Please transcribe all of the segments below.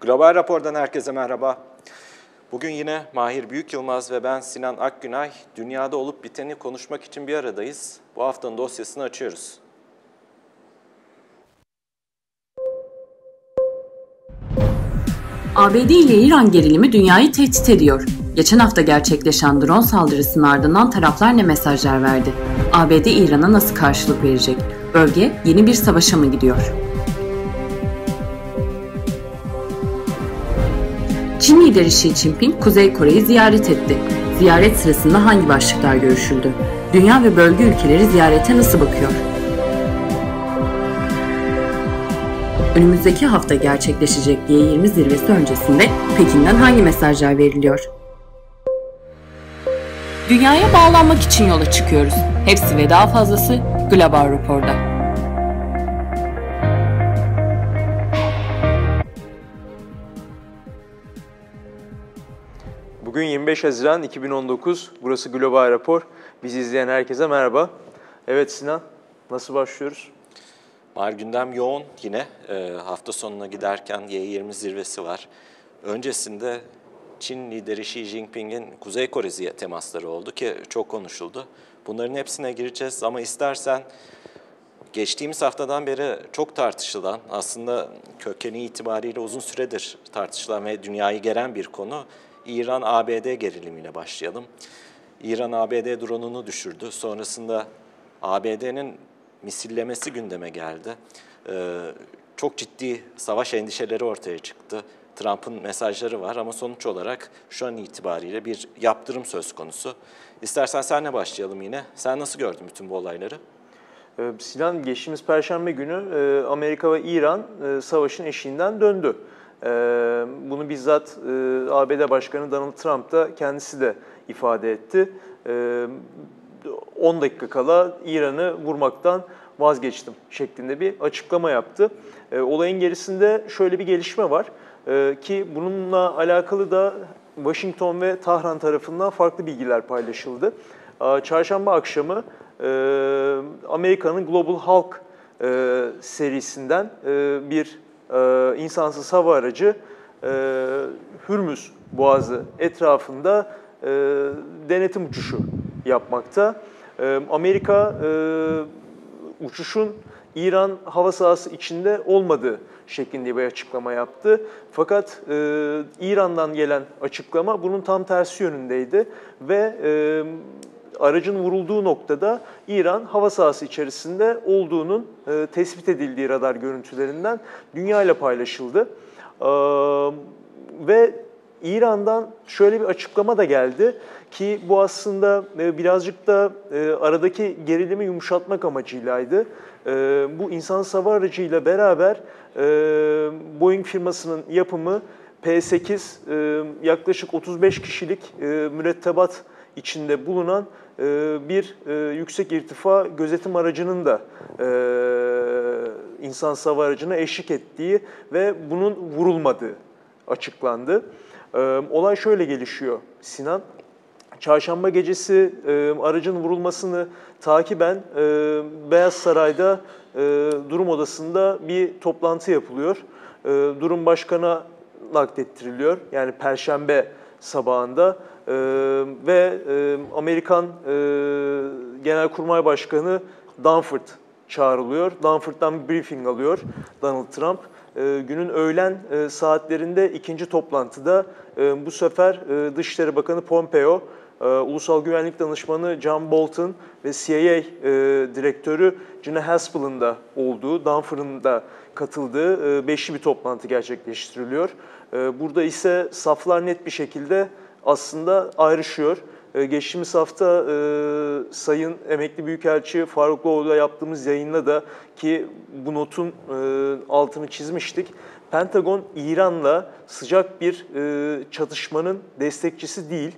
Global Rapor'dan herkese merhaba. Bugün yine Mahir Büyükyılmaz ve ben Sinan Akgünay, dünyada olup biteni konuşmak için bir aradayız. Bu haftanın dosyasını açıyoruz. ABD ile İran gerilimi dünyayı tehdit ediyor. Geçen hafta gerçekleşen drone saldırısının ardından taraflar ne mesajlar verdi? ABD İran'a nasıl karşılık verecek? Bölge yeni bir savaşa mı gidiyor? Çin lideri Xi Jinping, Kuzey Kore'yi ziyaret etti. Ziyaret sırasında hangi başlıklar görüşüldü? Dünya ve bölge ülkeleri ziyarete nasıl bakıyor? Önümüzdeki hafta gerçekleşecek G20 zirvesi öncesinde Pekin'den hangi mesajlar veriliyor? Dünyaya bağlanmak için yola çıkıyoruz. Hepsi ve daha fazlası Global Rapor'da. Bugün 25 Haziran 2019, burası Global Rapor. Bizi izleyen herkese merhaba. Evet Sinan, nasıl başlıyoruz? Gündem yoğun yine. Hafta sonuna giderken G20 zirvesi var. Öncesinde Çin lideri Xi Jinping'in Kuzey Kore temasları oldu ki çok konuşuldu. Bunların hepsine gireceğiz ama istersen geçtiğimiz haftadan beri çok tartışılan, aslında kökeni itibariyle uzun süredir tartışılan ve dünyayı geren bir konu İran-ABD gerilimiyle başlayalım. İran ABD drone'unu düşürdü. Sonrasında ABD'nin misillemesi gündeme geldi. Çok ciddi savaş endişeleri ortaya çıktı. Trump'ın mesajları var ama sonuç olarak şu an itibariyle bir yaptırım söz konusu. İstersen senle başlayalım yine. Sen nasıl gördün bütün bu olayları? Sinan, geçtiğimiz Perşembe günü Amerika ve İran savaşın eşiğinden döndü. Bunu bizzat ABD Başkanı Donald Trump da kendisi de ifade etti. 10 dakika kala İran'ı vurmaktan vazgeçtim şeklinde bir açıklama yaptı. Olayın gerisinde şöyle bir gelişme var ki bununla alakalı da Washington ve Tahran tarafından farklı bilgiler paylaşıldı. Çarşamba akşamı Amerika'nın Global Hawk serisinden bir insansız hava aracı Hürmüz Boğazı etrafında denetim uçuşu yapmakta. Amerika uçuşun İran hava sahası içinde olmadığı şeklinde bir açıklama yaptı. Fakat İran'dan gelen açıklama bunun tam tersi yönündeydi ve aracın vurulduğu noktada İran hava sahası içerisinde olduğunun tespit edildiği radar görüntülerinden dünyayla paylaşıldı. Ve İran'dan şöyle bir açıklama da geldi ki bu aslında birazcık da aradaki gerilimi yumuşatmak amacıylaydı. Bu insansız hava aracıyla beraber Boeing firmasının yapımı P-8 yaklaşık 35 kişilik mürettebat içinde bulunan bir yüksek irtifa gözetim aracının da insansız hava aracına eşlik ettiği ve bunun vurulmadığı açıklandı. Olay şöyle gelişiyor Sinan. Çarşamba gecesi aracın vurulmasını takiben Beyaz Saray'da durum odasında bir toplantı yapılıyor. Durum başkana naklettiriliyor. Yani Perşembe sabahında ve Amerikan Genelkurmay Başkanı Dunford çağrılıyor. Dunford'dan bir briefing alıyor Donald Trump. Günün öğlen saatlerinde ikinci toplantıda bu sefer Dışişleri Bakanı Pompeo, Ulusal Güvenlik Danışmanı John Bolton ve CIA Direktörü Gina Haspel'ın da olduğu, Dunford'un da katıldığı beşli bir toplantı gerçekleştiriliyor. Burada ise saflar net bir şekilde aslında ayrışıyor. Geçtiğimiz hafta Sayın Emekli Büyükelçi Faruk Loğlu'yla yaptığımız yayında da ki bu notun altını çizmiştik. Pentagon İran'la sıcak bir çatışmanın destekçisi değil.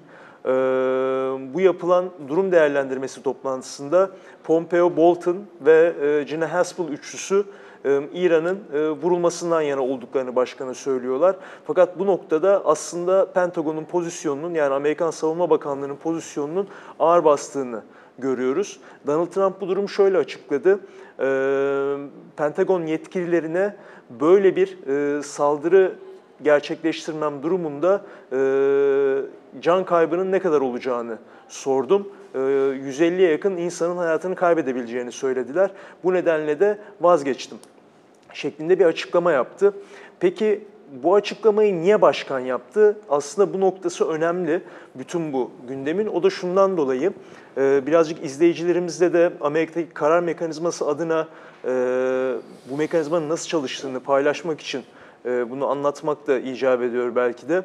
Bu yapılan durum değerlendirmesi toplantısında Pompeo, Bolton ve Gina Haspel üçlüsü İran'ın vurulmasından yana olduklarını başkana söylüyorlar. Fakat bu noktada aslında Pentagon'un pozisyonunun, yani Amerikan Savunma Bakanlığı'nın pozisyonunun ağır bastığını görüyoruz. Donald Trump bu durumu şöyle açıkladı. Pentagon yetkililerine böyle bir saldırı gerçekleştirmem durumunda can kaybının ne kadar olacağını sordum. 150'ye yakın insanın hayatını kaybedebileceğini söylediler. Bu nedenle de vazgeçtim şeklinde bir açıklama yaptı. Peki bu açıklamayı niye başkan yaptı? Aslında bu noktası önemli bütün bu gündemin. O da şundan dolayı birazcık izleyicilerimizle de Amerika'daki karar mekanizması adına bu mekanizmanın nasıl çalıştığını paylaşmak için bunu anlatmak da icap ediyor belki de.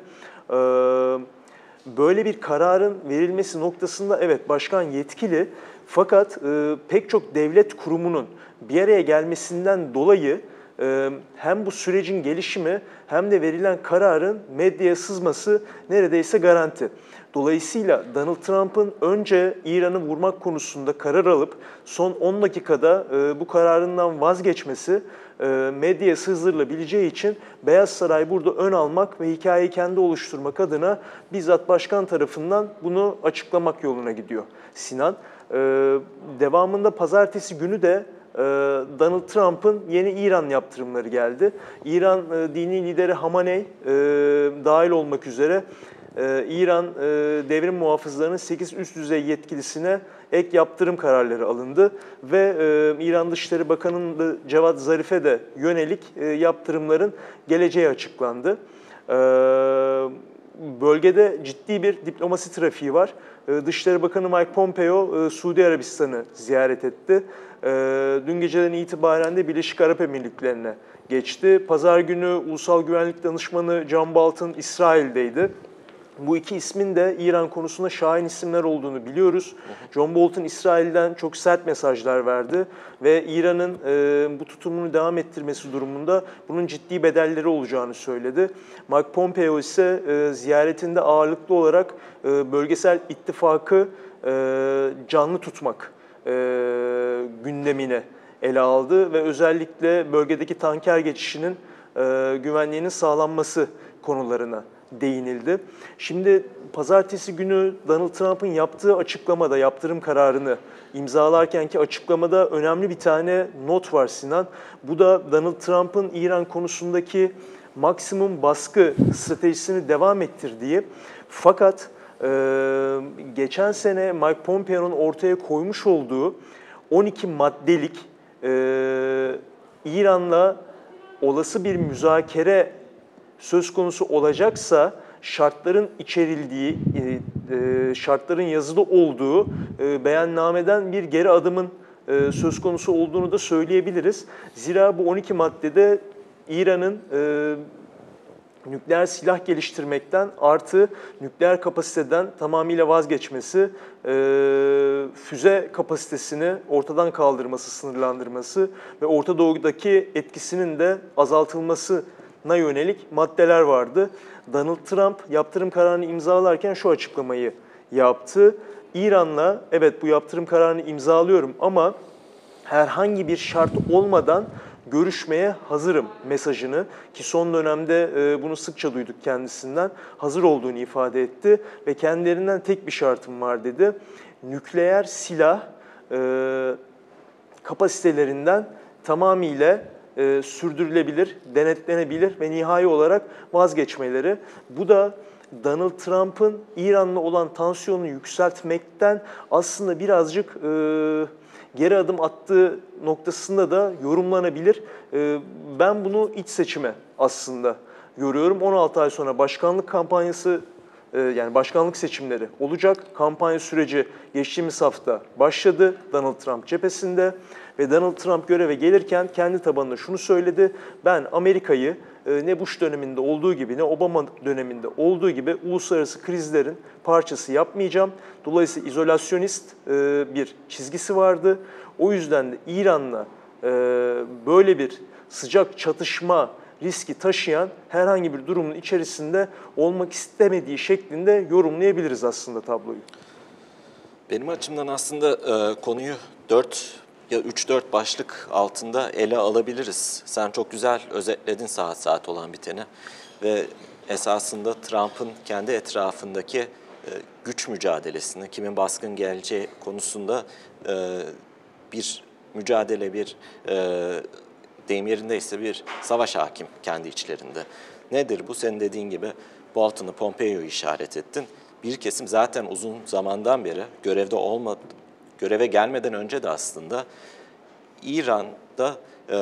Böyle bir kararın verilmesi noktasında evet başkan yetkili, fakat pek çok devlet kurumunun bir araya gelmesinden dolayı hem bu sürecin gelişimi hem de verilen kararın medyaya sızması neredeyse garanti. Dolayısıyla Donald Trump'ın önce İran'ı vurmak konusunda karar alıp son 10 dakikada bu kararından vazgeçmesi medyaya sızdırılabileceği için Beyaz Saray burada ön almak ve hikayeyi kendi oluşturmak adına bizzat başkan tarafından bunu açıklamak yoluna gidiyor Sinan. Devamında pazartesi günü de Donald Trump'ın yeni İran yaptırımları geldi. İran dini lideri Hamaney dahil olmak üzere İran devrim muhafızlarının 8 üst düzey yetkilisine ek yaptırım kararları alındı ve İran Dışişleri Bakanı Cevat Zarif'e de yönelik yaptırımların geleceği açıklandı. Bölgede ciddi bir diplomasi trafiği var. Dışişleri Bakanı Mike Pompeo Suudi Arabistan'ı ziyaret etti. Dün geceden itibaren de Birleşik Arap Emirlikleri'ne geçti. Pazar günü Ulusal Güvenlik Danışmanı John Bolton İsrail'deydi. Bu iki ismin de İran konusunda şahin isimler olduğunu biliyoruz. John Bolton İsrail'den çok sert mesajlar verdi ve İran'ın bu tutumunu devam ettirmesi durumunda bunun ciddi bedelleri olacağını söyledi. Mike Pompeo ise ziyaretinde ağırlıklı olarak bölgesel ittifakı canlı tutmak gündemine ele aldı ve özellikle bölgedeki tanker geçişinin güvenliğinin sağlanması konularına değinildi. Şimdi pazartesi günü Donald Trump'ın yaptığı açıklamada, yaptırım kararını imzalarkenki açıklamada önemli bir tane not var Sinan. Bu da Donald Trump'ın İran konusundaki maksimum baskı stratejisini devam ettirdiği, fakat geçen sene Mike Pompeo'nun ortaya koymuş olduğu 12 maddelik İran'la olası bir müzakere söz konusu olacaksa şartların içerildiği, şartların yazılı olduğu beyannameden bir geri adımın söz konusu olduğunu da söyleyebiliriz. Zira bu 12 maddede İran'ın nükleer silah geliştirmekten artı nükleer kapasiteden tamamıyla vazgeçmesi, füze kapasitesini ortadan kaldırması, sınırlandırması ve Orta Doğu'daki etkisinin de azaltılmasına yönelik maddeler vardı. Donald Trump yaptırım kararını imzalarken şu açıklamayı yaptı. İran'la evet bu yaptırım kararını imzalıyorum ama herhangi bir şart olmadan görüşmeye hazırım mesajını, ki son dönemde bunu sıkça duyduk kendisinden, hazır olduğunu ifade etti ve kendilerinden tek bir şartım var dedi. Nükleer silah kapasitelerinden tamamıyla sürdürülebilir, denetlenebilir ve nihai olarak vazgeçmeleri. Bu da Donald Trump'ın İran'la olan tansiyonunu yükseltmekten aslında birazcık geri adım attığı noktasında da yorumlanabilir. Ben bunu iç seçime aslında görüyorum. 16 ay sonra başkanlık kampanyası, yani başkanlık seçimleri olacak. Kampanya süreci geçtiğimiz hafta başladı Donald Trump cephesinde ve Donald Trump göreve gelirken kendi tabanında şunu söyledi. Ben Amerika'yı ne Bush döneminde olduğu gibi ne Obama döneminde olduğu gibi uluslararası krizlerin parçası yapmayacağım. Dolayısıyla izolasyonist bir çizgisi vardı. O yüzden de İran'la böyle bir sıcak çatışma riski taşıyan herhangi bir durumun içerisinde olmak istemediği şeklinde yorumlayabiliriz aslında tabloyu. Benim açımdan aslında konuyu 3-4 başlık altında ele alabiliriz. Sen çok güzel özetledin saat olan biteni ve esasında Trump'ın kendi etrafındaki güç mücadelesini, kimin baskın geleceği konusunda bir mücadele, deyim yerindeyse bir savaş hakim kendi içlerinde. Nedir bu? Senin dediğin gibi Bolton'u, Pompeo'yu işaret ettin. Bir kesim zaten uzun zamandan beri göreve gelmeden önce de aslında İran'da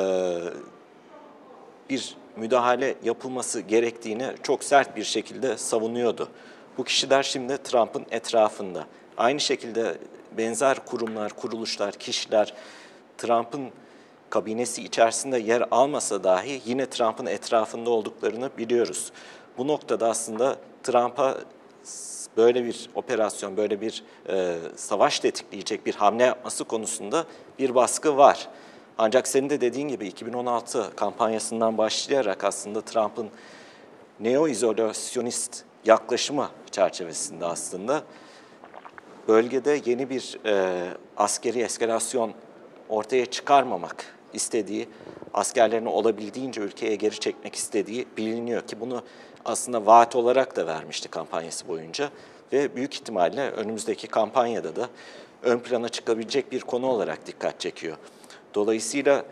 bir müdahale yapılması gerektiğini çok sert bir şekilde savunuyordu. Bu kişiler şimdi Trump'ın etrafında. Aynı şekilde benzer kurumlar, kuruluşlar, kişiler Trump'ın kabinesi içerisinde yer almasa dahi yine Trump'ın etrafında olduklarını biliyoruz. Bu noktada aslında Trump'a böyle bir operasyon, böyle bir savaş tetikleyecek bir hamle yapması konusunda bir baskı var. Ancak senin de dediğin gibi 2016 kampanyasından başlayarak aslında Trump'ın neo-izolasyonist yaklaşımı çerçevesinde aslında bölgede yeni bir askeri eskalasyon ortaya çıkarmamak istediği, askerlerini olabildiğince ülkeye geri çekmek istediği biliniyor ki bunu aslında vaat olarak da vermişti kampanyası boyunca ve büyük ihtimalle önümüzdeki kampanyada da ön plana çıkabilecek bir konu olarak dikkat çekiyor. Dolayısıyla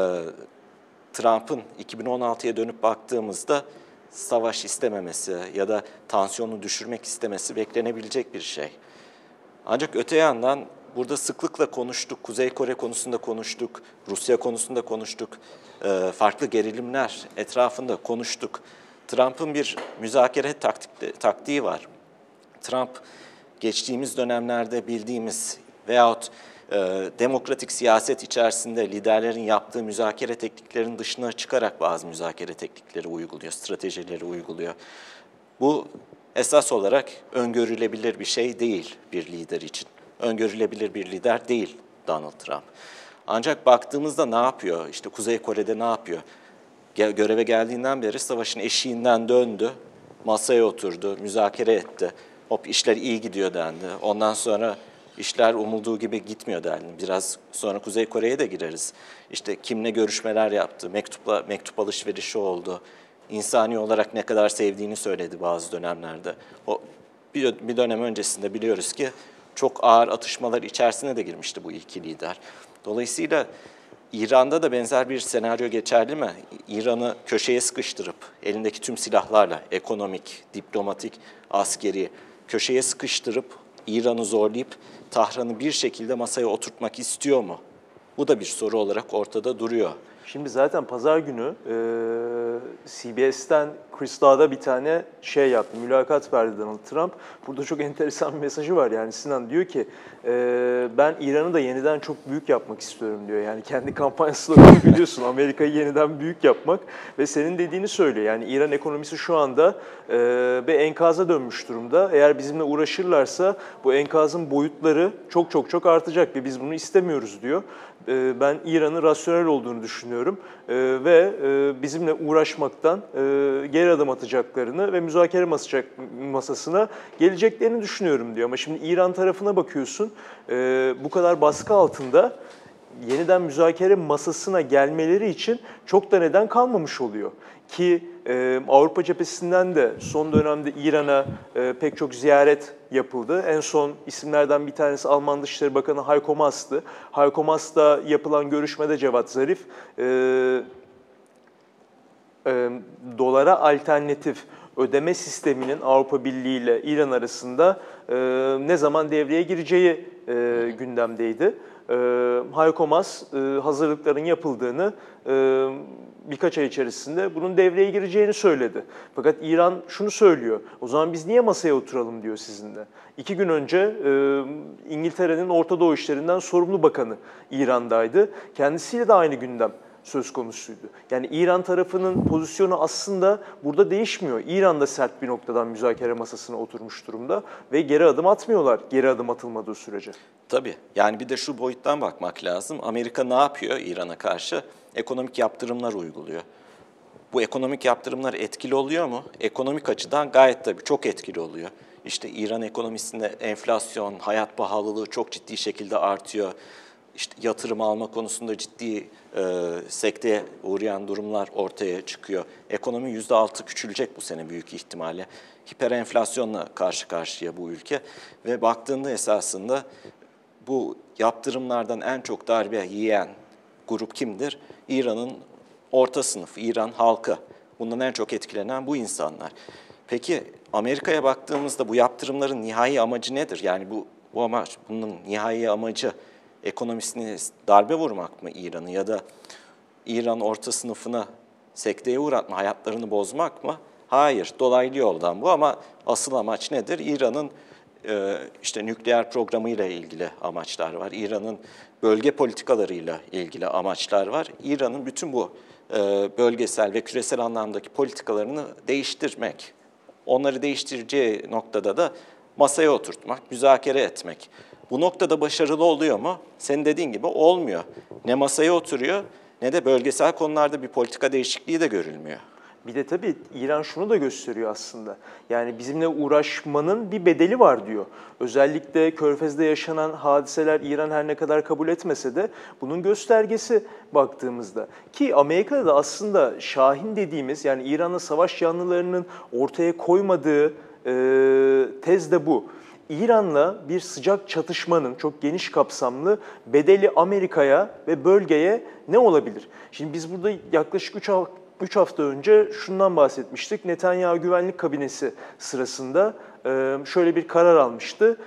Trump'ın 2016'ya dönüp baktığımızda savaş istememesi ya da tansiyonu düşürmek istemesi beklenebilecek bir şey. Ancak öte yandan burada sıklıkla konuştuk, Kuzey Kore konusunda konuştuk, Rusya konusunda konuştuk, farklı gerilimler etrafında konuştuk. Trump'ın bir müzakere taktiği var. Trump geçtiğimiz dönemlerde bildiğimiz veyahut demokratik siyaset içerisinde liderlerin yaptığı müzakere tekniklerinin dışına çıkarak bazı müzakere teknikleri uyguluyor, stratejileri uyguluyor. Bu esas olarak öngörülebilir bir şey değil bir lider için. Öngörülebilir bir lider değil Donald Trump. Ancak baktığımızda ne yapıyor? İşte Kuzey Kore'de ne yapıyor? Göreve geldiğinden beri savaşın eşiğinden döndü, masaya oturdu, müzakere etti. Hop işler iyi gidiyor dendi. Ondan sonra işler umulduğu gibi gitmiyor dendi. Biraz sonra Kuzey Kore'ye de gireriz. İşte kimle görüşmeler yaptı, mektup alışverişi oldu. İnsani olarak ne kadar sevdiğini söyledi bazı dönemlerde. Bir dönem öncesinde biliyoruz ki çok ağır atışmalar içerisine de girmişti bu iki lider. Dolayısıyla İran'da da benzer bir senaryo geçerli mi? İran'ı köşeye sıkıştırıp elindeki tüm silahlarla ekonomik, diplomatik, askeri köşeye sıkıştırıp İran'ı zorlayıp Tahran'ı bir şekilde masaya oturtmak istiyor mu? Bu da bir soru olarak ortada duruyor. Şimdi zaten pazar günü CBS'ten Chris Daw'da bir tane şey yaptı, mülakat verdi Donald Trump. Burada çok enteresan bir mesajı var. Yani Sinan diyor ki ben İran'ı da yeniden çok büyük yapmak istiyorum diyor. Yani kendi kampanyasını biliyorsun, Amerika'yı yeniden büyük yapmak ve senin dediğini söylüyor. Yani İran ekonomisi şu anda bir enkaza dönmüş durumda. Eğer bizimle uğraşırlarsa bu enkazın boyutları çok artacak ve biz bunu istemiyoruz diyor. Ben İran'ın rasyonel olduğunu düşünüyorum ve bizimle uğraşmaktan geri adım atacaklarını ve müzakere masasına geleceklerini düşünüyorum diyor. Ama şimdi İran tarafına bakıyorsun, bu kadar baskı altında yeniden müzakere masasına gelmeleri için çok da neden kalmamış oluyor. Ki Avrupa cephesinden de son dönemde İran'a pek çok ziyaret yapıldı. En son isimlerden bir tanesi Alman Dışişleri Bakanı Heiko Maas'tı. Heiko Maas'ta yapılan görüşmede Cevat Zarif, dolara alternatif ödeme sisteminin Avrupa Birliği ile İran arasında ne zaman devreye gireceği gündemdeydi. Heiko Maas hazırlıkların yapıldığını, birkaç ay içerisinde bunun devreye gireceğini söyledi. Fakat İran şunu söylüyor, o zaman biz niye masaya oturalım diyor sizinle. 2 gün önce İngiltere'nin Orta Doğu işlerinden sorumlu bakanı İran'daydı. Kendisiyle de aynı gündem söz konusuydu. Yani İran tarafının pozisyonu aslında burada değişmiyor. İran da sert bir noktadan müzakere masasına oturmuş durumda ve geri adım atmıyorlar, geri adım atılmadığı sürece. Tabii. Yani bir de şu boyuttan bakmak lazım. Amerika ne yapıyor İran'a karşı? Ekonomik yaptırımlar uyguluyor. Bu ekonomik yaptırımlar etkili oluyor mu? Ekonomik açıdan gayet tabii çok etkili oluyor. İşte İran ekonomisinde enflasyon, hayat pahalılığı çok ciddi şekilde artıyor. İşte yatırım alma konusunda ciddi sekteye uğrayan durumlar ortaya çıkıyor. Ekonomi %6 küçülecek bu sene büyük ihtimalle. Hiperenflasyonla karşı karşıya bu ülke ve baktığında esasında bu yaptırımlardan en çok darbe yiyen grup kimdir? İran'ın orta sınıf, İran halkı. Bundan en çok etkilenen bu insanlar. Peki Amerika'ya baktığımızda bu yaptırımların nihai amacı nedir? Yani bu amaç, bunun nihai amacı ekonomisine darbe vurmak mı İran'ı ya da İran orta sınıfına sekteye uğratma, hayatlarını bozmak mı? Hayır, dolaylı yoldan bu ama asıl amaç nedir? İran'ın işte nükleer programıyla ilgili amaçlar var. İran'ın bölge politikalarıyla ilgili amaçlar var. İran'ın bütün bu bölgesel ve küresel anlamdaki politikalarını değiştirmek. Onları değiştireceği noktada da masaya oturtmak, müzakere etmek. Bu noktada başarılı oluyor mu? Senin dediğin gibi olmuyor. Ne masaya oturuyor ne de bölgesel konularda bir politika değişikliği de görülmüyor. Bir de tabii İran şunu da gösteriyor aslında. Yani bizimle uğraşmanın bir bedeli var diyor. Özellikle Körfez'de yaşanan hadiseler İran her ne kadar kabul etmese de bunun göstergesi baktığımızda. Ki Amerika'da da aslında Şahin dediğimiz yani İran'ın savaş yanlılarının ortaya koymadığı tez de bu. İran'la bir sıcak çatışmanın çok geniş kapsamlı bedeli Amerika'ya ve bölgeye ne olabilir? Şimdi biz burada yaklaşık 3 hafta önce şundan bahsetmiştik. Netanyahu Güvenlik Kabinesi sırasında şöyle bir karar almıştı.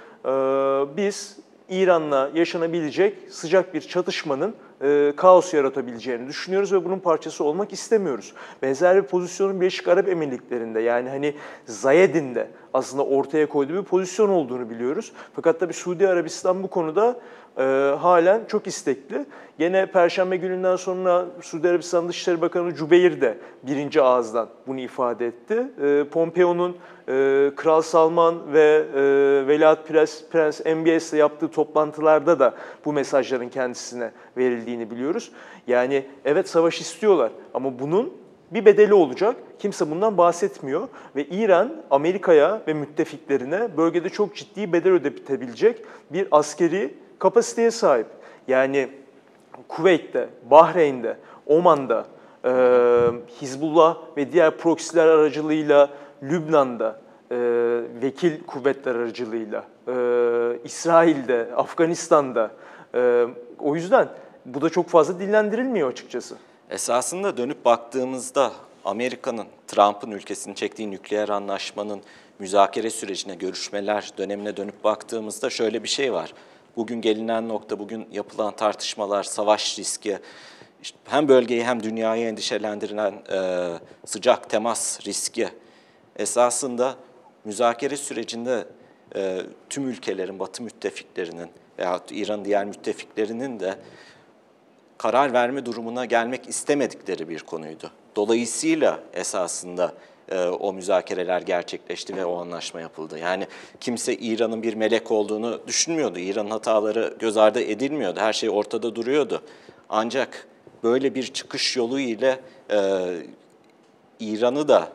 Biz İran'la yaşanabilecek sıcak bir çatışmanın kaos yaratabileceğini düşünüyoruz ve bunun parçası olmak istemiyoruz. Benzer bir pozisyonun Birleşik Arap Emirlikleri'nde yani hani Zayed'in de aslında ortaya koyduğu bir pozisyon olduğunu biliyoruz. Fakat tabii Suudi Arabistan bu konuda halen çok istekli. Gene Perşembe gününden sonra Suudi Arabistan Dışişleri Bakanı Cübeyr de birinci ağızdan bunu ifade etti. Pompeo'nun Kral Salman ve Veliaht Prens MBS'le yaptığı toplantılarda da bu mesajların kendisine verildiğini biliyoruz. Yani evet savaş istiyorlar ama bunun bir bedeli olacak. Kimse bundan bahsetmiyor ve İran Amerika'ya ve müttefiklerine bölgede çok ciddi bedel ödetebilecek bir askeri kapasiteye sahip. Yani Kuveyt'te, Bahreyn'de, Oman'da, Hizbullah ve diğer proksiler aracılığıyla Lübnan'da, vekil kuvvetler aracılığıyla, İsrail'de, Afganistan'da. O yüzden bu da çok fazla dillendirilmiyor açıkçası. Esasında dönüp baktığımızda Amerika'nın, Trump'ın ülkesini çektiği nükleer anlaşmanın müzakere sürecine, görüşmeler dönemine dönüp baktığımızda şöyle bir şey var. Bugün gelinen nokta, bugün yapılan tartışmalar, savaş riski, işte hem bölgeyi hem dünyayı endişelendiren sıcak temas riski esasında müzakere sürecinde tüm ülkelerin, Batı müttefiklerinin veya İran'ın diğer müttefiklerinin de karar verme durumuna gelmek istemedikleri bir konuydu. Dolayısıyla esasında o müzakereler gerçekleşti ve o anlaşma yapıldı. Yani kimse İran'ın bir melek olduğunu düşünmüyordu. İran'ın hataları göz ardı edilmiyordu. Her şey ortada duruyordu. Ancak böyle bir çıkış yolu ile İran'ı da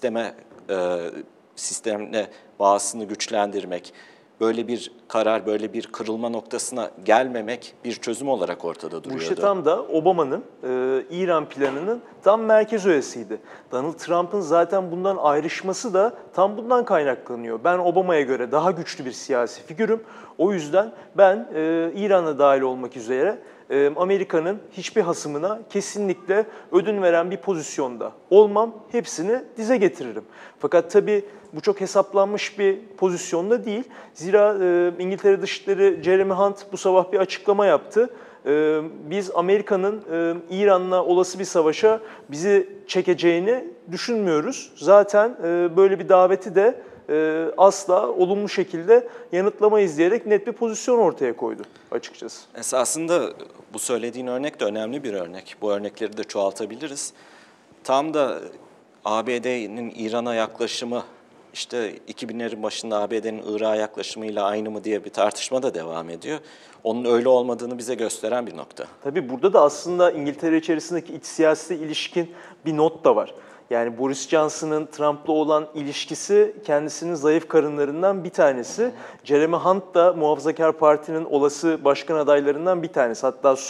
sistemle bağısını güçlendirmek, böyle bir karar, böyle bir kırılma noktasına gelmemek bir çözüm olarak ortada duruyordu. Bu işte tam da Obama'nın İran planının tam merkez öğesiydi. Donald Trump'ın zaten bundan ayrışması da tam bundan kaynaklanıyor. Ben Obama'ya göre daha güçlü bir siyasi figürüm. O yüzden ben İran'a dahil olmak üzere Amerika'nın hiçbir hasımına kesinlikle ödün veren bir pozisyonda olmam, hepsini dize getiririm. Fakat tabii bu çok hesaplanmış bir pozisyonda değil. Zira İngiltere Dışişleri Jeremy Hunt bu sabah bir açıklama yaptı. Biz Amerika'nın İran'la olası bir savaşa bizi çekeceğini düşünmüyoruz. Zaten böyle bir daveti de asla olumlu şekilde yanıtlamayız diyerek net bir pozisyon ortaya koydu açıkçası. Esasında bu söylediğin örnek de önemli bir örnek. Bu örnekleri de çoğaltabiliriz. Tam da ABD'nin İran'a yaklaşımı, işte 2000'lerin başında ABD'nin Irak'a yaklaşımıyla aynı mı diye bir tartışma da devam ediyor. Onun öyle olmadığını bize gösteren bir nokta. Tabii burada da aslında İngiltere içerisindeki iç siyasete ilişkin bir not da var. Yani Boris Johnson'ın Trump'la olan ilişkisi kendisinin zayıf karınlarından bir tanesi. Jeremy Hunt da Muhafazakar Parti'nin olası başkan adaylarından bir tanesi. Hatta son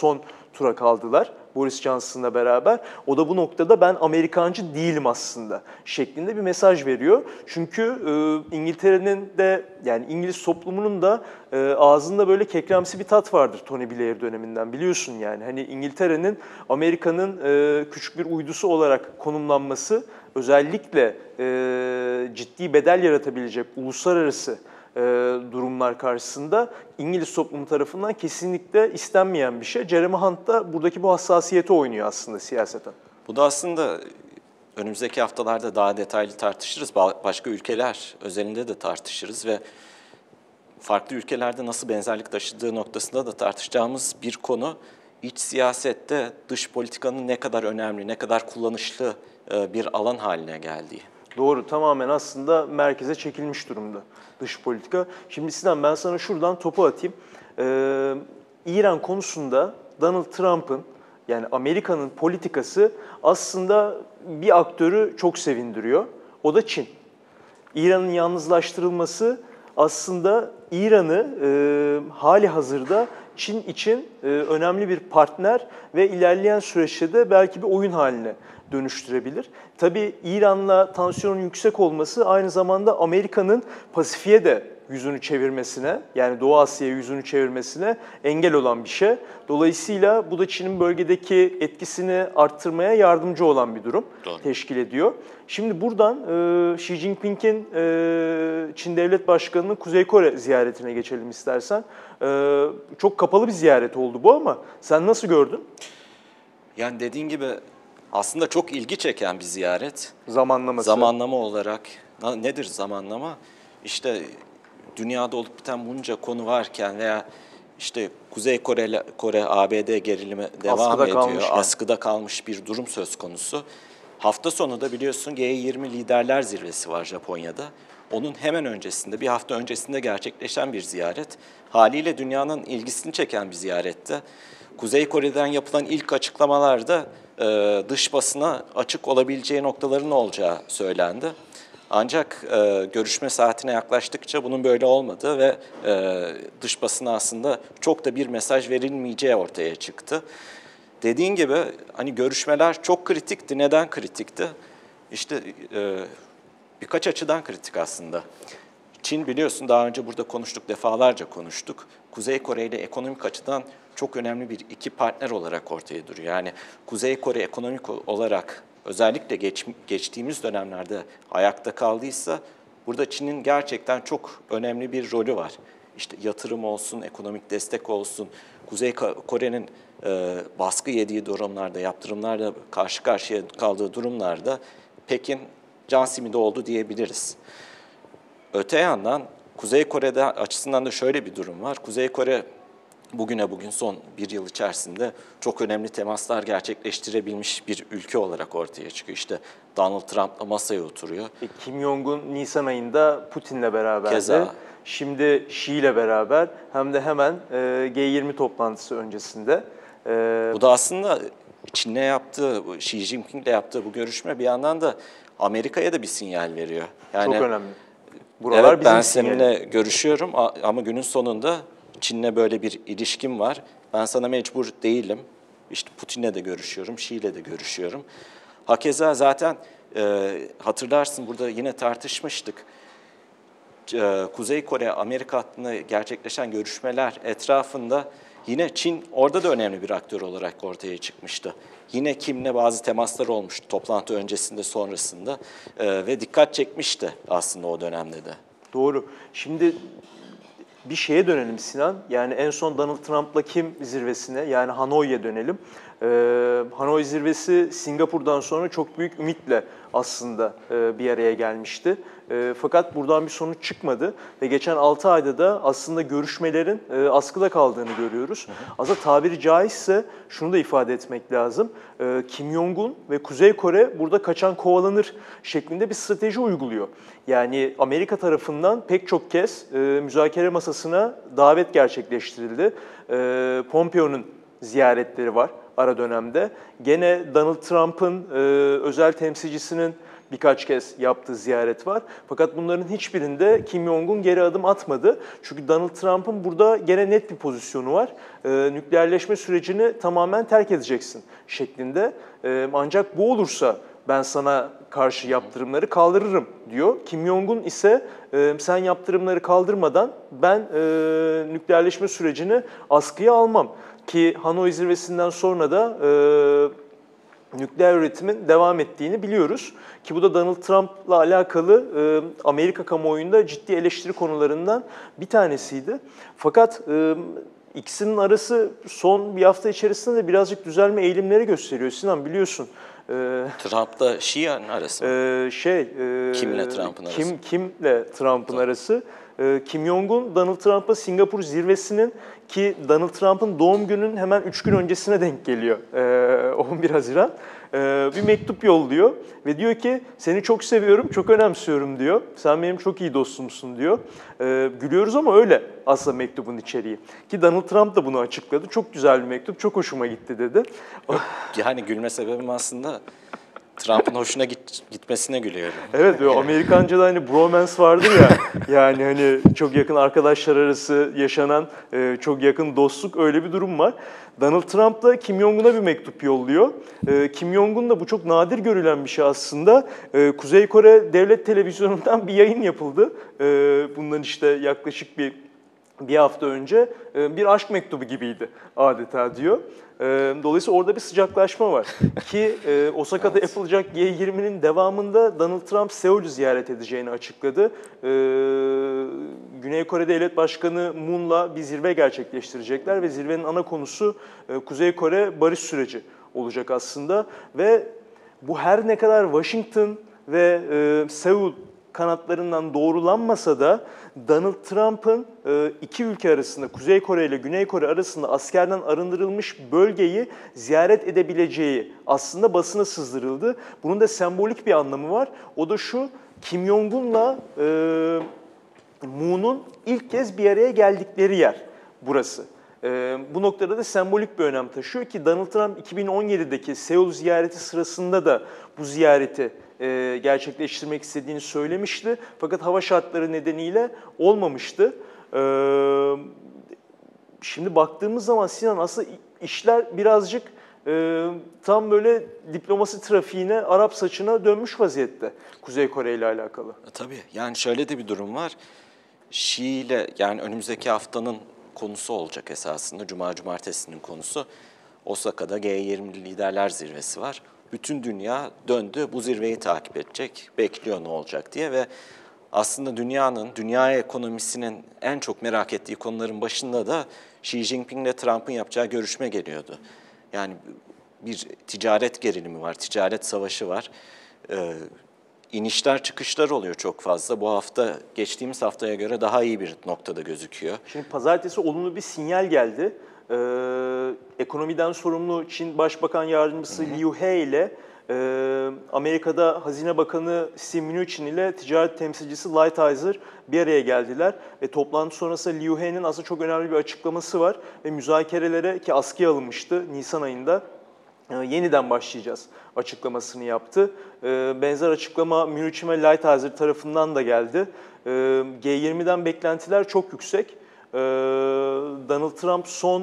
tura kaldılar Boris Johnson'la beraber. O da bu noktada ben Amerikancı değilim aslında şeklinde bir mesaj veriyor. Çünkü İngiltere'nin de yani İngiliz toplumunun da ağzında böyle kekremsi bir tat vardır Tony Blair döneminden biliyorsun yani. Hani İngiltere'nin Amerika'nın küçük bir uydusu olarak konumlanması özellikle ciddi bedel yaratabilecek uluslararası durumlar karşısında İngiliz toplumu tarafından kesinlikle istenmeyen bir şey. Jeremy Hunt da buradaki bu hassasiyeti oynuyor aslında siyaseten. Bu da aslında önümüzdeki haftalarda daha detaylı tartışırız. Başka ülkeler özelinde de tartışırız ve farklı ülkelerde nasıl benzerlik taşıdığı noktasında da tartışacağımız bir konu. İç siyasette dış politikanın ne kadar önemli, ne kadar kullanışlı bir alan haline geldiği. Doğru, tamamen aslında merkeze çekilmiş durumda dış politika. Şimdi Sinan ben sana şuradan topu atayım. İran konusunda Donald Trump'ın yani Amerika'nın politikası aslında bir aktörü çok sevindiriyor. O da Çin. İran'ın yalnızlaştırılması aslında İran'ı hali hazırda Çin için önemli bir partner ve ilerleyen süreçte de belki bir oyun haline dönüştürebilir. Tabii İran'la tansiyonun yüksek olması aynı zamanda Amerika'nın Pasifik'e de yüzünü çevirmesine, yani Doğu Asya'ya yüzünü çevirmesine engel olan bir şey. Dolayısıyla bu da Çin'in bölgedeki etkisini arttırmaya yardımcı olan bir durum teşkil ediyor. Şimdi buradan Xi Jinping'in Çin Devlet Başkanı'nın Kuzey Kore ziyaretine geçelim istersen. Çok kapalı bir ziyaret oldu bu ama sen nasıl gördün? Yani dediğin gibi aslında çok ilgi çeken bir ziyaret. Zamanlaması. Zamanlama olarak nedir zamanlama? İşte dünyada olup biten bunca konu varken veya işte Kuzey Kore ABD gerilimi devam ediyor. Askıda kalmış bir durum söz konusu. Hafta sonu da biliyorsun G20 Liderler Zirvesi var Japonya'da. Onun hemen öncesinde, bir hafta öncesinde gerçekleşen bir ziyaret. Haliyle dünyanın ilgisini çeken bir ziyarette. Kuzey Kore'den yapılan ilk açıklamalarda dış basına açık olabileceği noktaların olacağı söylendi. Ancak görüşme saatine yaklaştıkça bunun böyle olmadığı ve dış basına aslında çok da bir mesaj verilmeyeceği ortaya çıktı. Dediğin gibi hani görüşmeler çok kritikti. Neden kritikti? İşte birkaç açıdan kritik aslında. Çin biliyorsun daha önce burada konuştuk, defalarca konuştuk. Kuzey Kore ile ekonomik açıdan çok önemli bir iki partner olarak ortaya duruyor. Yani Kuzey Kore ekonomik olarak özellikle geçtiğimiz dönemlerde ayakta kaldıysa burada Çin'in gerçekten çok önemli bir rolü var. İşte yatırım olsun, ekonomik destek olsun, Kuzey Kore'nin baskı yediği durumlarda, yaptırımlarla karşı karşıya kaldığı durumlarda Pekin can simidi oldu diyebiliriz. Öte yandan Kuzey Kore'de açısından da şöyle bir durum var. Kuzey Kore bugün son bir yıl içerisinde çok önemli temaslar gerçekleştirebilmiş bir ülke olarak ortaya çıkıyor. İşte Donald Trump'la masaya oturuyor. Kim Jong-un Nisan ayında Putin'le beraberdi. Keza. Şimdi Xi ile beraber hem de hemen G20 toplantısı öncesinde. Bu da aslında Çin'le yaptığı, Xi Jinping'le yaptığı bu görüşme bir yandan da Amerika'ya da bir sinyal veriyor. Yani, çok önemli. Buralar evet, ben seninle görüşüyorum ama günün sonunda Çin'le böyle bir ilişkim var. Ben sana mecbur değilim. İşte Putin'le de görüşüyorum, Xi'yle de görüşüyorum. Hakeza zaten hatırlarsın burada yine tartışmıştık. Kuzey Kore, Amerika hattında gerçekleşen görüşmeler etrafında yine Çin orada da önemli bir aktör olarak ortaya çıkmıştı. Yine Kim'le bazı temaslar olmuştu toplantı öncesinde, sonrasında ve dikkat çekmişti aslında o dönemde de. Doğru. Şimdi bir şeye dönelim Sinan. Yani en son Donald Trump'la Kim zirvesine yani Hanoi'ye dönelim. Hanoi zirvesi Singapur'dan sonra çok büyük ümitle aslında bir araya gelmişti. Fakat buradan bir sonuç çıkmadı ve geçen 6 ayda da aslında görüşmelerin askıda kaldığını görüyoruz. Aslında tabiri caizse şunu da ifade etmek lazım. Kim Jong-un ve Kuzey Kore burada kaçan kovalanır şeklinde bir strateji uyguluyor. Yani Amerika tarafından pek çok kez müzakere masasına davet gerçekleştirildi. Pompeo'nun ziyaretleri var ara dönemde. Gene Donald Trump'ın özel temsilcisinin birkaç kez yaptığı ziyaret var. Fakat bunların hiçbirinde Kim Jong-un geri adım atmadı. Çünkü Donald Trump'ın burada gene net bir pozisyonu var. Nükleerleşme sürecini tamamen terk edeceksin şeklinde. Ancak bu olursa ben sana karşı yaptırımları kaldırırım diyor. Kim Jong-un ise sen yaptırımları kaldırmadan ben nükleerleşme sürecini askıya almam. Ki Hanoi zirvesinden sonra da nükleer üretimin devam ettiğini biliyoruz. Ki bu da Donald Trump'la alakalı Amerika kamuoyunda ciddi eleştiri konularından bir tanesiydi. Fakat ikisinin arası son bir hafta içerisinde de birazcık düzelme eğilimleri gösteriyor. Sinan biliyorsun. Trump'la Xi'nin arası mı? Kim'le Trump'ın arası? Kim'le Trump'ın arası. Kim Jong-un, Donald Trump'a Singapur zirvesinin ki Donald Trump'ın doğum gününün hemen 3 gün öncesine denk geliyor. 11 Haziran. Bir mektup yolluyor ve diyor ki seni çok seviyorum, çok önemsiyorum diyor. Sen benim çok iyi dostumsun diyor. Gülüyoruz ama öyle aslında mektubun içeriği. Ki Donald Trump da bunu açıkladı. Çok güzel bir mektup, çok hoşuma gitti dedi. Yani gülme sebebim aslında Trump'ın hoşuna gitmesine gülüyorum. Evet, böyle Amerikanca'da hani bromance vardır ya, yani hani çok yakın arkadaşlar arası yaşanan çok yakın dostluk, öyle bir durum var. Donald Trump da Kim Jong-un'a bir mektup yolluyor. Kim Jong-un da bu çok nadir görülen bir şey aslında. Kuzey Kore Devlet Televizyonu'ndan bir yayın yapıldı. Bundan işte yaklaşık bir hafta önce bir aşk mektubu gibiydi adeta diyor. Dolayısıyla orada bir sıcaklaşma var. Ki Osaka'da Evet. yapılacak G20'nin devamında Donald Trump Seul'ü ziyaret edeceğini açıkladı. Güney Kore Devlet Başkanı Moon'la bir zirve gerçekleştirecekler ve zirvenin ana konusu Kuzey Kore barış süreci olacak aslında. Ve bu her ne kadar Washington ve Seul kanatlarından doğrulanmasa da Donald Trump'ın iki ülke arasında, Kuzey Kore ile Güney Kore arasında askerden arındırılmış bölgeyi ziyaret edebileceği aslında basına sızdırıldı. Bunun da sembolik bir anlamı var. O da şu: Kim Jong-un'la Moon'un ilk kez bir araya geldikleri yer burası. Bu noktada da sembolik bir önem taşıyor ki Donald Trump 2017'deki Seul ziyareti sırasında da bu ziyareti gerçekleştirmek istediğini söylemişti. Fakat hava şartları nedeniyle olmamıştı. Şimdi baktığımız zaman Sinan, aslında işler birazcık tam böyle diplomasi trafiğine, Arap saçına dönmüş vaziyette Kuzey Kore ile alakalı. Tabii, yani şöyle de bir durum var. Şii ile, yani önümüzdeki haftanın konusu olacak esasında. Cumartesinin konusu. Osaka'da G20 liderler zirvesi var. Bütün dünya döndü, bu zirveyi takip edecek, bekliyor ne olacak diye ve aslında dünya ekonomisinin en çok merak ettiği konuların başında da Xi Jinping ile Trump'ın yapacağı görüşme geliyordu. Yani bir ticaret gerilimi var, ticaret savaşı var. İnişler çıkışlar oluyor çok fazla. Bu hafta geçtiğimiz haftaya göre daha iyi bir noktada gözüküyor. Şimdi pazartesi olumlu bir sinyal geldi. Ekonomiden sorumlu Çin Başbakan Yardımcısı Liu He ile Amerika'da Hazine Bakanı Steve Mnuchin ile ticaret temsilcisi Lighthizer bir araya geldiler. Ve toplantı sonrası Liu He'nin aslında çok önemli bir açıklaması var. Ve müzakerelere, ki askıya alınmıştı Nisan ayında, yeniden başlayacağız açıklamasını yaptı. Benzer açıklama Mnuchin ve Lighthizer tarafından da geldi. G20'den beklentiler çok yüksek. Donald Trump son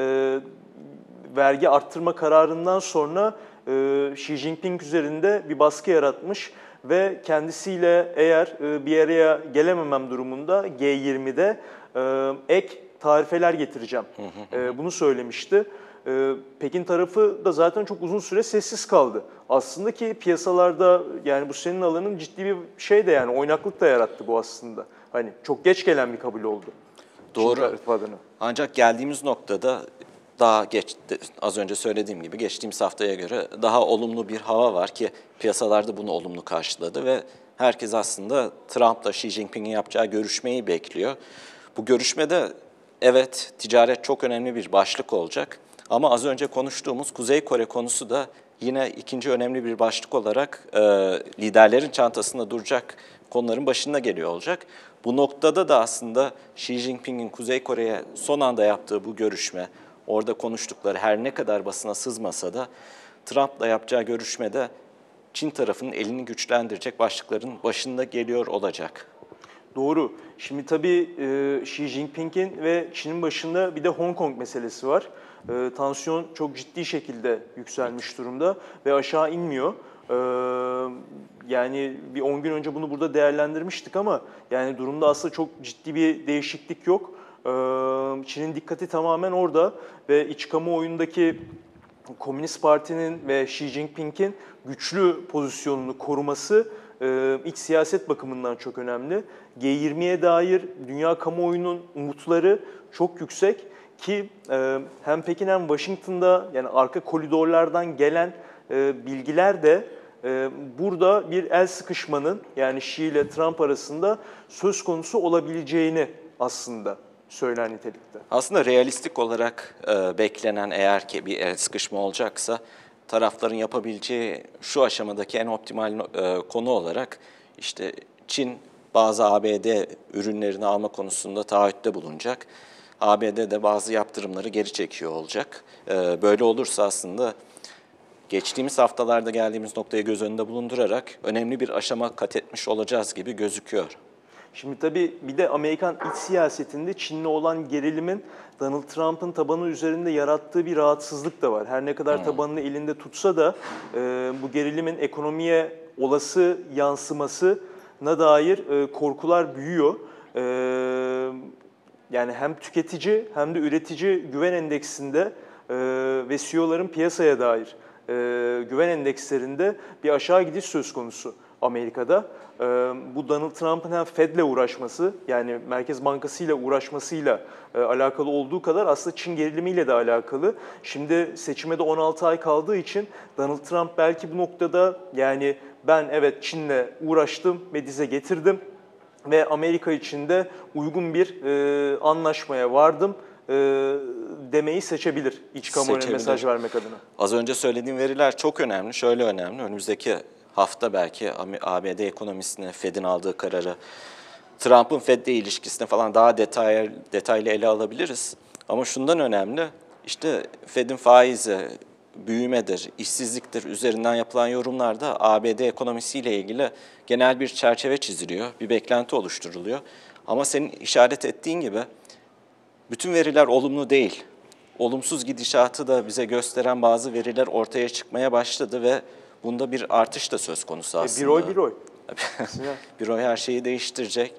vergi arttırma kararından sonra Xi Jinping üzerinde bir baskı yaratmış ve kendisiyle eğer bir araya gelememem durumunda G20'de ek tarifeler getireceğim. Bunu söylemişti. Pekin tarafı da zaten çok uzun süre sessiz kaldı. Aslında ki piyasalarda, yani bu senin alanın, ciddi bir şey de, yani oynaklık da yarattı bu aslında. Hani çok geç gelen bir kabul oldu. Doğru. Ancak geldiğimiz noktada az önce söylediğim gibi geçtiğimiz haftaya göre daha olumlu bir hava var ki piyasalarda bunu olumlu karşıladı ve herkes aslında Trump'la Xi Jinping'in yapacağı görüşmeyi bekliyor. Bu görüşmede evet, ticaret çok önemli bir başlık olacak ama az önce konuştuğumuz Kuzey Kore konusu da yine ikinci önemli bir başlık olarak liderlerin çantasında duracak konuların başında geliyor olacak. Bu noktada da aslında Xi Jinping'in Kuzey Kore'ye son anda yaptığı bu görüşme, orada konuştukları her ne kadar basına sızmasa da Trump'la yapacağı görüşmede Çin tarafının elini güçlendirecek başlıkların başında geliyor olacak. Doğru. Şimdi tabii Xi Jinping'in ve Çin'in başında bir de Hong Kong meselesi var. Tansiyon çok ciddi şekilde yükselmiş durumda ve aşağı inmiyor. Yani bir 10 gün önce bunu burada değerlendirmiştik ama yani durumda aslında çok ciddi bir değişiklik yok. Çin'in dikkati tamamen orada ve iç kamuoyundaki Komünist Parti'nin ve Xi Jinping'in güçlü pozisyonunu koruması iç siyaset bakımından çok önemli. G20'ye dair dünya kamuoyunun umutları çok yüksek ki hem Pekin hem Washington'da yani arka koridorlardan gelen bilgiler de burada bir el sıkışmanın yani Xi ile Trump arasında söz konusu olabileceğini aslında söyler nitelikte. Aslında realistik olarak beklenen eğer ki bir el sıkışma olacaksa tarafların yapabileceği şu aşamadaki en optimal konu olarak işte Çin bazı ABD ürünlerini alma konusunda taahhütte bulunacak. ABD de bazı yaptırımları geri çekiyor olacak. Böyle olursa aslında geçtiğimiz haftalarda geldiğimiz noktayı göz önünde bulundurarak önemli bir aşama kat etmiş olacağız gibi gözüküyor. Şimdi tabii bir de Amerikan iç siyasetinde Çin'le olan gerilimin Donald Trump'ın tabanı üzerinde yarattığı bir rahatsızlık da var. Her ne kadar tabanını elinde tutsa da bu gerilimin ekonomiye olası yansımasına dair korkular büyüyor. Yani hem tüketici hem de üretici güven endeksinde ve CEO'ların piyasaya dair güven endekslerinde bir aşağı gidiş söz konusu Amerika'da. Bu Donald Trump'ın hem Fed'le uğraşması yani Merkez Bankası ile uğraşmasıyla alakalı olduğu kadar aslında Çin gerilimiyle de alakalı. Şimdi seçime de 16 ay kaldığı için Donald Trump belki bu noktada yani ben evet Çin'le uğraştım ve dize getirdim ve Amerika için de uygun bir anlaşmaya vardım demeyi seçebilir iç kamuoyuna mesaj vermek adına. Az önce söylediğim veriler çok önemli. Şöyle önemli. Önümüzdeki hafta belki ABD ekonomisine Fed'in aldığı kararı, Trump'ın Fed'le ilişkisine falan daha detaylı ele alabiliriz. Ama şundan önemli, işte Fed'in faizi, büyümedir, işsizliktir üzerinden yapılan yorumlarda ABD ekonomisiyle ilgili genel bir çerçeve çiziliyor, bir beklenti oluşturuluyor. Ama senin işaret ettiğin gibi bütün veriler olumlu değil. Olumsuz gidişatı da bize gösteren bazı veriler ortaya çıkmaya başladı ve bunda bir artış da söz konusu aslında. Bir oy. Bir oy her şeyi değiştirecek.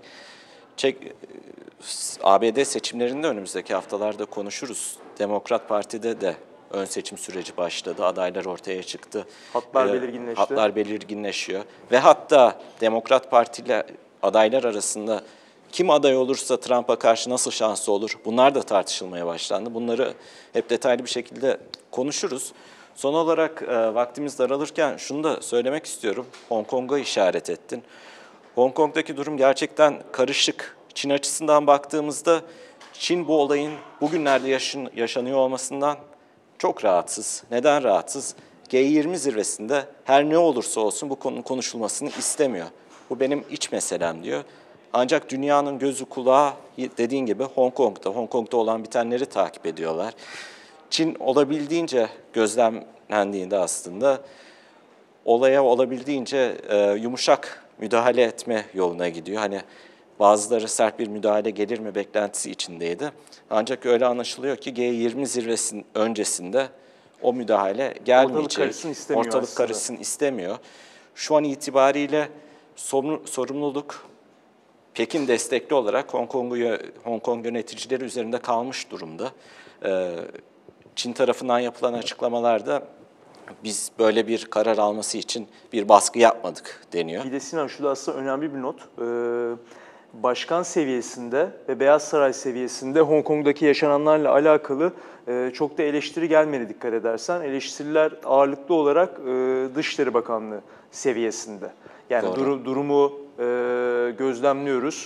ABD seçimlerinde önümüzdeki haftalarda konuşuruz. Demokrat Parti'de de ön seçim süreci başladı. Adaylar ortaya çıktı. Hatlar belirginleşti. Hatlar belirginleşiyor. Ve hatta Demokrat Parti ile adaylar arasında kim aday olursa Trump'a karşı nasıl şanslı olur? Bunlar da tartışılmaya başlandı. Bunları hep detaylı bir şekilde konuşuruz. Son olarak vaktimiz daralırken şunu da söylemek istiyorum. Hong Kong'a işaret ettin. Hong Kong'daki durum gerçekten karışık. Çin açısından baktığımızda Çin bu olayın bugünlerde yaşanıyor olmasından çok rahatsız. Neden rahatsız? G20 zirvesinde her ne olursa olsun bu konunun konuşulmasını istemiyor. Bu benim iç meselem diyor. Ancak dünyanın gözü kulağı dediğin gibi Hong Kong'da olan bitenleri takip ediyorlar. Çin olabildiğince gözlemlendiğinde aslında olaya olabildiğince yumuşak müdahale etme yoluna gidiyor. Hani bazıları sert bir müdahale gelir mi beklentisi içindeydi. Ancak öyle anlaşılıyor ki G20 zirvesinin öncesinde o müdahale gelmeyecek. Ortalık karışsın istemiyor. Şu an itibariyle sorumluluk Pekin destekli olarak Hong Kong yöneticileri üzerinde kalmış durumda. Çin tarafından yapılan açıklamalarda biz böyle bir karar alması için bir baskı yapmadık deniyor. Bir de Sinan şu da aslında önemli bir not. Başkan seviyesinde ve Beyaz Saray seviyesinde Hong Kong'daki yaşananlarla alakalı çok da eleştiri gelmedi dikkat edersen. Eleştiriler ağırlıklı olarak Dışişleri Bakanlığı seviyesinde. Yani durumu gözlemliyoruz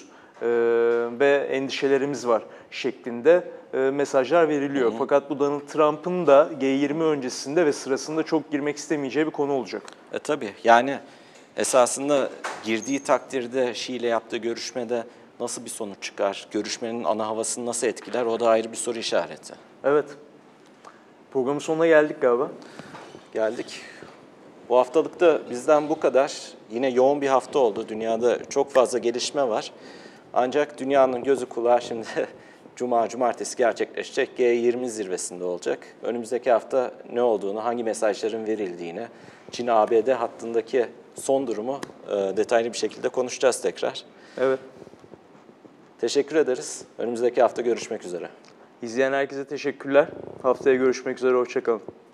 ve endişelerimiz var şeklinde mesajlar veriliyor. Fakat bu Donald Trump'ın da G20 öncesinde ve sırasında çok girmek istemeyeceği bir konu olacak. Tabii yani esasında girdiği takdirde Xi ile yaptığı görüşmede nasıl bir sonuç çıkar? Görüşmenin ana havasını nasıl etkiler? O da ayrı bir soru işareti. Evet. Programın sonuna geldik galiba. Geldik. Bu haftalıkta bizden bu kadar. Yine yoğun bir hafta oldu. Dünyada çok fazla gelişme var. Ancak dünyanın gözü kulağı şimdi cumartesi gerçekleşecek G20 zirvesinde olacak. Önümüzdeki hafta ne olduğunu, hangi mesajların verildiğini, Çin-ABD hattındaki son durumu detaylı bir şekilde konuşacağız tekrar. Evet. Teşekkür ederiz. Önümüzdeki hafta görüşmek üzere. İzleyen herkese teşekkürler. Haftaya görüşmek üzere. Hoşça kalın.